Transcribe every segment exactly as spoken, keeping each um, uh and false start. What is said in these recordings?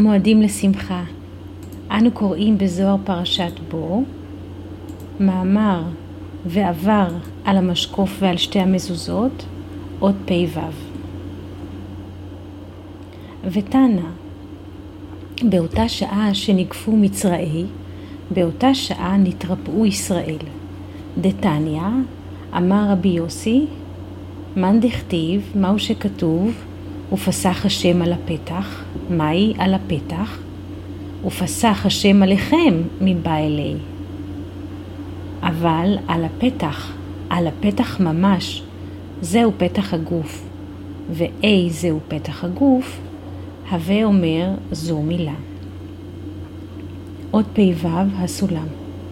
מועדים לשמחה. אנו קוראים בזוהר פרשת בו, מאמר ועבר על המשקוף ועל שתי המזוזות, עוד פי וו. ותנא, באותה שעה שנגפו מצראי, באותה שעה נתרפאו ישראל. דתניא, אמר רבי יוסי, מן דכתיב, מהו שכתוב, ופסח השם על הפתח, מהי על הפתח? ופסח השם עליכם מבא אלי. אבל על הפתח, על הפתח ממש, זהו פתח הגוף, ואי זהו פתח הגוף, הווה אומר זו מילה. עוד פי וו הסולם.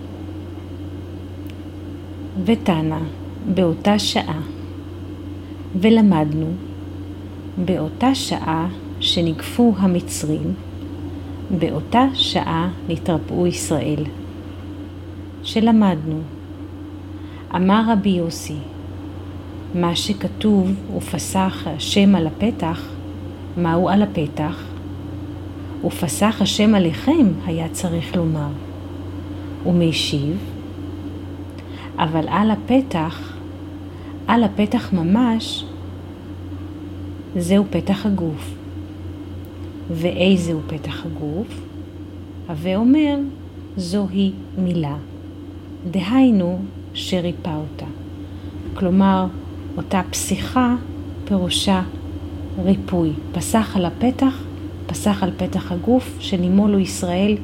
ותנא, באותה שעה, ולמדנו, באותה שעה שנגפו המצרים, באותה שעה נתרפאו ישראל. שלמדנו, אמר רבי יוסי, מה שכתוב ופסח השם על הפתח, מהו על הפתח? ופסח השם עליכם היה צריך לומר. ומשיב, אבל על הפתח, על הפתח ממש, זהו פתח הגוף. ואיזהו פתח הגוף? הווה אומר, זוהי מילה. דהיינו שריפא אותה. כלומר, אותה פסיכה פירושה ריפוי. פסח על הפתח, פסח על פתח הגוף, שנימולו ישראל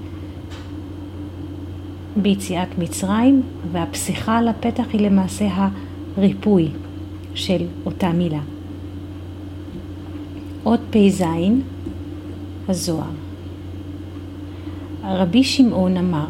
ביציאת מצרים, והפסיכה על הפתח היא למעשה הריפוי של אותה מילה. עוד פי זין, הזוהר. רבי שמעון אמר,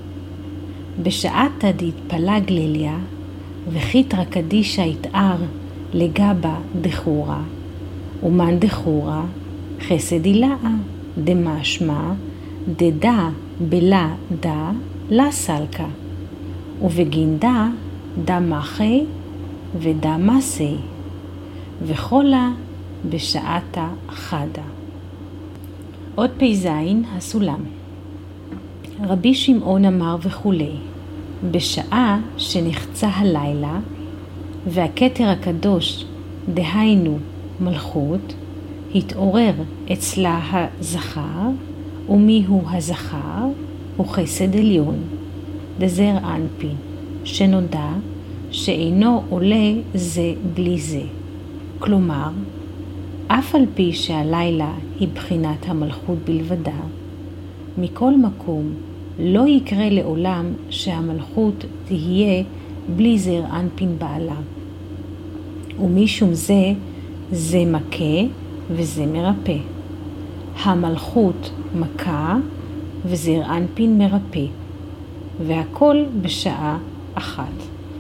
בשעת דהתפלג ליליה, וחיתרא קדישא יתאר לגבה דחורה, ומן דחורה חסד הילאה, דמשמע דדה בלה דה לה סלקה, ובגינדה דה מחי ודה מסי, וחולה בשעתה חדה. עוד פי זין הסולם. רבי שמעון אמר וכולי, בשעה שנחצה הלילה, והכתר הקדוש, דהיינו מלכות, התעורר אצלה הזכר, ומיהו הזכר? הוא חסד עליון, דזר אנפין, שנודע שאינו עולה זה בלי זה. כלומר, אף על פי שהלילה היא בחינת המלכות בלבדה, מכל מקום לא יקרה לעולם שהמלכות תהיה בלי זר אנפין בעלה. ומשום זה, זה מכה וזה מרפא. המלכות מכה וזר אנפין מרפא, והכל בשעה אחת.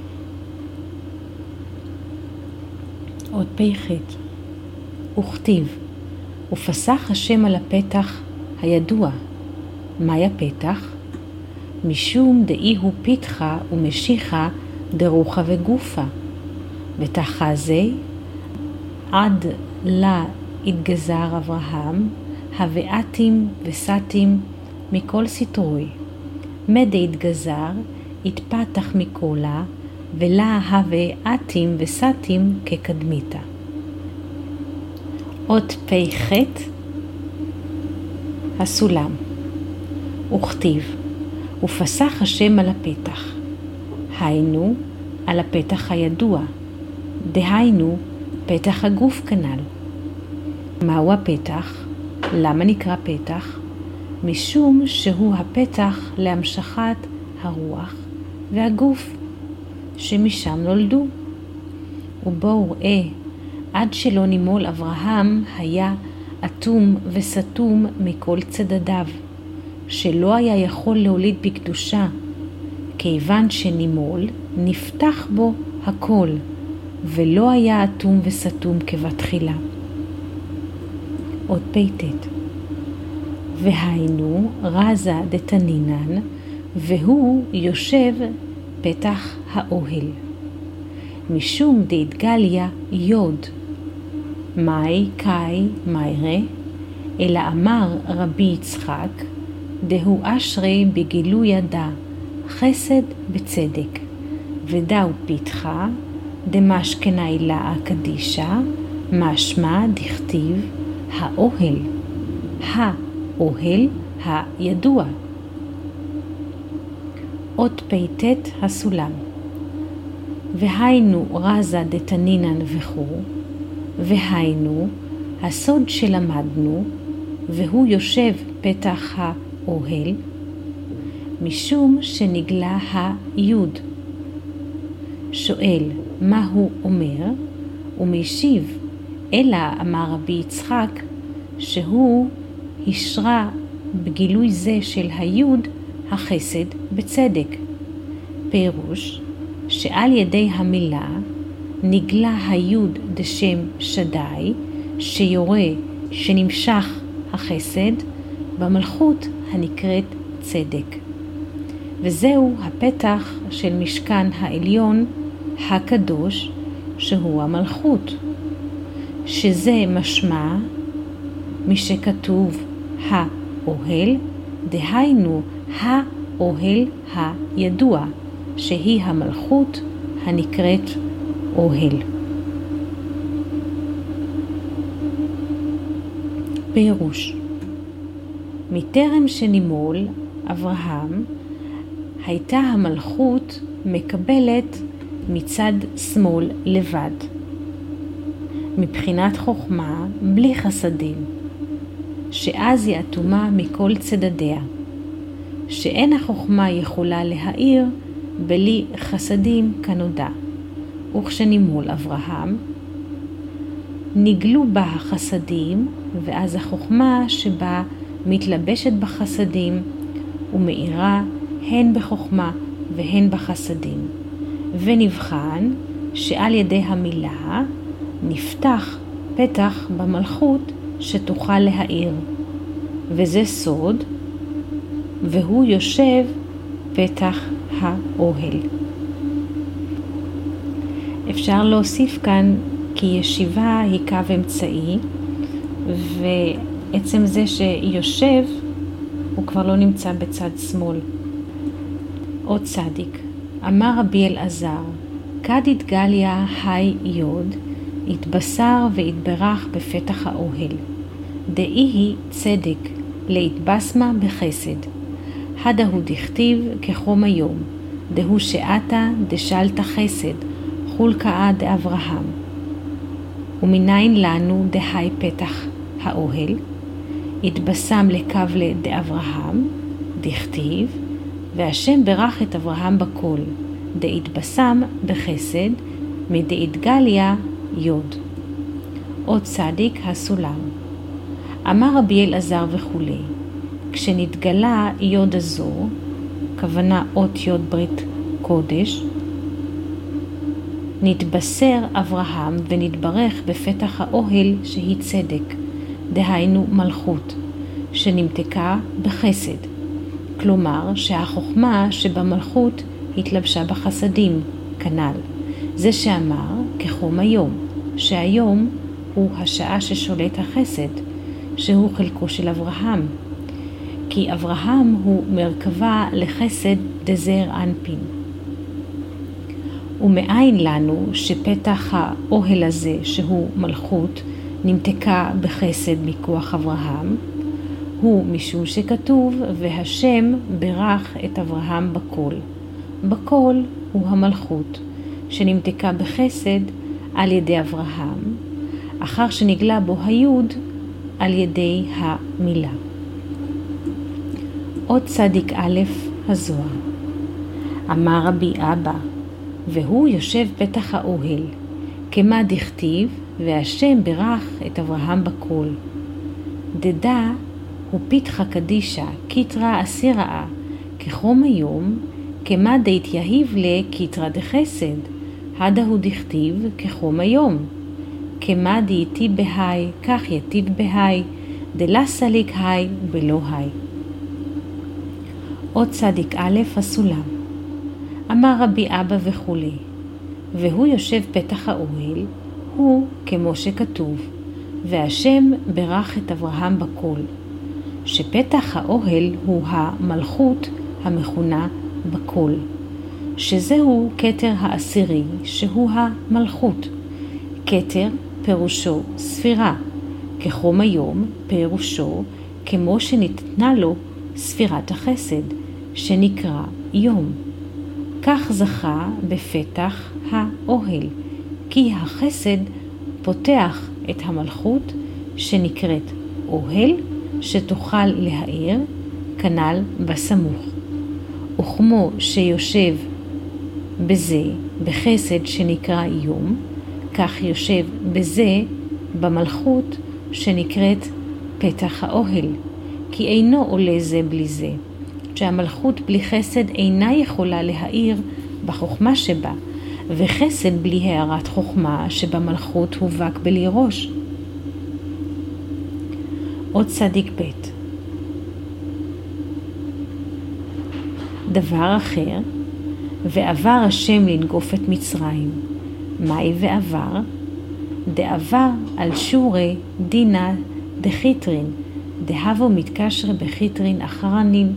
עוד פי חית. וכתיב, ופסח השם על הפתח הידוע. מהי הפתח? משום דאי הוא פיתחה ומשיכה דרוחה וגופה. ותחזה עד לה התגזר אברהם, הוואתים וסתים מכל סתרוי. מדי התגזר התפתח מכולה, ולה הוואתים וסתים כקדמיתה. עוד פי חט הסולם. וכתיב, ופסח השם על הפתח. היינו על הפתח הידוע, דהיינו פתח הגוף כנל. מהו הפתח? למה נקרא פתח? משום שהוא הפתח להמשכת הרוח והגוף שמשם נולדו. ובואו ראה, עד שלא נימול אברהם היה אטום וסתום מכל צדדיו, שלא היה יכול להוליד בקדושה, כיוון שנימול נפתח בו הכל, ולא היה אטום וסתום כבתחילה. עוד פיתת. והיינו רזה דתנינן, והוא יושב פתח האוהל. משום דהתגליה יוד, מאי קאי מיירה, אלא אמר רבי יצחק, דהו אשרי בגילוי ידע, חסד בצדק, ודאו פיתחה, דמשכנה אלה קדישה, משמע דכתיב האוהל, האוהל הידוע. אות פייטת הסולם, והיינו רזה דתנינן וכו', והיינו הסוד שלמדנו, והוא יושב פתח האוהל, משום שנגלה היוד. שואל מה הוא אומר, ומשיב, אלא אמר רבי יצחק, שהוא השרה בגילוי זה של היוד החסד בצדק. פירוש שעל ידי המילה נגלה היוד דשם שדי, שיורה שנמשך החסד במלכות הנקראת צדק. וזהו הפתח של משכן העליון הקדוש, שהוא המלכות, שזה משמע משכתוב האוהל, דהיינו האוהל הידוע, שהיא המלכות הנקראת אוהל. פירוש, מטרם שנימול אברהם הייתה המלכות מקבלת מצד שמאל לבד, מבחינת חוכמה בלי חסדים, שאז היא אטומה מכל צדדיה, שאין החוכמה יכולה להאיר בלי חסדים כנודע. וכשנימול אברהם נגלו בה החסדים, ואז החוכמה שבה מתלבשת בחסדים ומאירה הן בחוכמה והן בחסדים, ונבחן שעל ידי המילה נפתח פתח במלכות שתוכל להאיר, וזה סוד, והוא יושב פתח האוהל. אפשר להוסיף כאן כי ישיבה היא קו אמצעי, ועצם זה שיושב הוא כבר לא נמצא בצד שמאל. עוד צדיק, אמר רבי אלעזר, כד התגליה היי יוד, התבשר והתברך בפתח האוהל, דאי היא צדק להתבסמה בחסד, הדהו דכתיב כחום היום, דהו שעתה דשלת חסד, חולקאה דאברהם. ומניין לנו דהי פתח האוהל, התבשם לקבלה דאברהם, דכתיב, והשם ברך את אברהם בכל, דהתבשם בחסד, מדהתגליה יוד. עוד צדיק הסולם, אמר רבי אלעזר וכולי, כשנתגלה יוד הזו, כוונה אות יוד ברית קודש, נתבשר אברהם ונתברך בפתח האוהל שהיא צדק, דהיינו מלכות, שנמתקה בחסד. כלומר שהחוכמה שבמלכות התלבשה בחסדים, כנ"ל. זה שאמר כחום היום, שהיום הוא השעה ששולט החסד, שהוא חלקו של אברהם. כי אברהם הוא מרכבה לחסד דזר אנפין. ומאין לנו שפתח האוהל הזה שהוא מלכות נמתקה בחסד מכוח אברהם, הוא משום שכתוב והשם ברך את אברהם בכל. בכל הוא המלכות שנמתקה בחסד על ידי אברהם, אחר שנגלה בו היוד על ידי המילה. עוד צדיק א' הזוהר, אמר רבי אבא, והוא יושב פתח האוהל, כמה דכתיב, והשם ברך את אברהם בכל. דדה הוא פיתחה קדישה, קיטרה אסיראה, כחום היום, כמה דהתייהיב לה קיטרה דחסד, הדה הוא דכתיב כחום היום. כמה דהיטיב בהי, כך יטיב בהי, דלה סליק היי בלא היי. עוד צדיק א' הסולם, אמר רבי אבא וכולי, והוא יושב פתח האוהל, הוא כמו שכתוב, והשם ברך את אברהם בכל, שפתח האוהל הוא המלכות המכונה בכל, שזהו כתר העשירי, שהוא המלכות. כתר פירושו ספירה, כחום היום פירושו כמו שניתנה לו ספירת החסד, שנקרא יום. כך זכה בפתח האוהל, כי החסד פותח את המלכות שנקראת אוהל, שתוכל להאיר כנל בסמוך. וכמו שיושב בזה בחסד שנקרא יום, כך יושב בזה במלכות שנקראת פתח האוהל, כי אינו עולה זה בלי זה, שהמלכות בלי חסד אינה יכולה להאיר בחוכמה שבה, וחסד בלי הערת חוכמה שבמלכות הובק בלי ראש. עוד צדיק בית. דבר אחר, ועבר השם לנגוף את מצרים. מהי ועבר? דעבר על שורי דינה דחיטרין, דהבו מתקשר בחיטרין אחרנין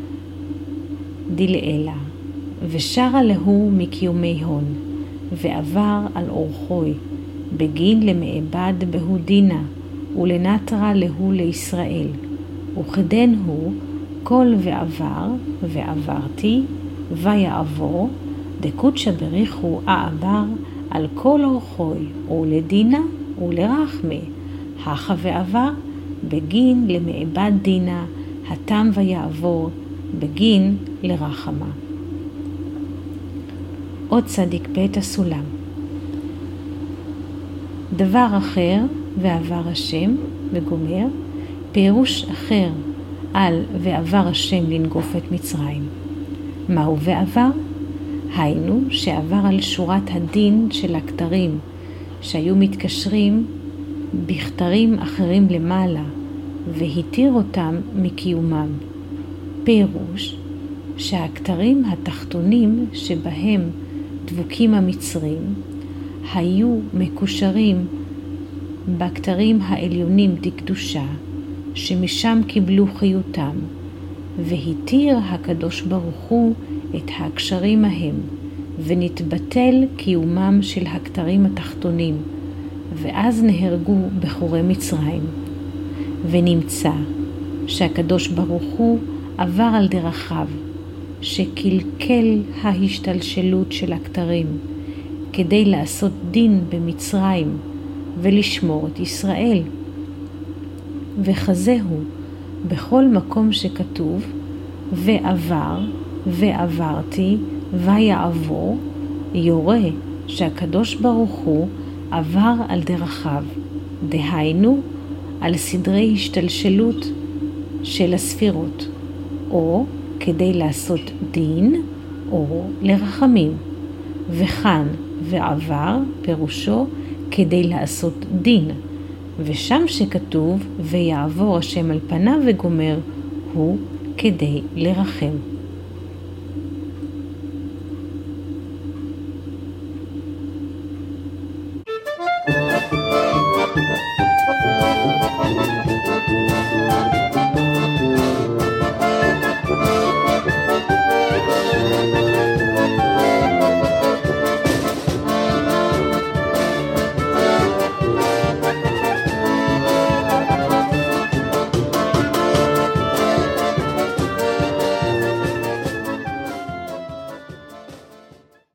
דילאלה, ושרה להו מקיומי הון, ועבר על אורחוי, בגין למעבד בהודינה, ולנטרה להו לישראל, וכדן הוא כל ועבר, ועברתי, ויעבור, דקודשא בריחו אעבר, על כל אורחוי, ולדינה ולרחמי, הכה ועבר, בגין למעבד דינה, התם ויעבור, בגין לרחמה. עוד צדיק בית הסולם. דבר אחר ועבר השם וגומר, פירוש אחר על ועבר השם לנגוף את מצרים. מהו ועבר? היינו שעבר על שורת הדין של הכתרים, שהיו מתקשרים בכתרים אחרים למעלה, והתיר אותם מקיומם. פירוש שהכתרים התחתונים שבהם דבוקים המצרים, היו מקושרים בכתרים העליונים דקדושה, שמשם קיבלו חיותם, והתיר הקדוש ברוך הוא את הקשרים ההם, ונתבטל קיומם של הכתרים התחתונים, ואז נהרגו בחורי מצרים. ונמצא שהקדוש ברוך הוא עבר על דרכיו, שקלקל ההשתלשלות של הכתרים, כדי לעשות דין במצרים ולשמור את ישראל. וכזהו בכל מקום שכתוב ועבר ועברתי ויעבור, יורה שהקדוש ברוך הוא עבר על דרכיו, דהיינו על סדרי השתלשלות של הספירות, או כדי לעשות דין או לרחמים. וכאן ועבר פירושו כדי לעשות דין, ושם שכתוב ויעבור השם על פניו וגומר, הוא כדי לרחם. Thank you.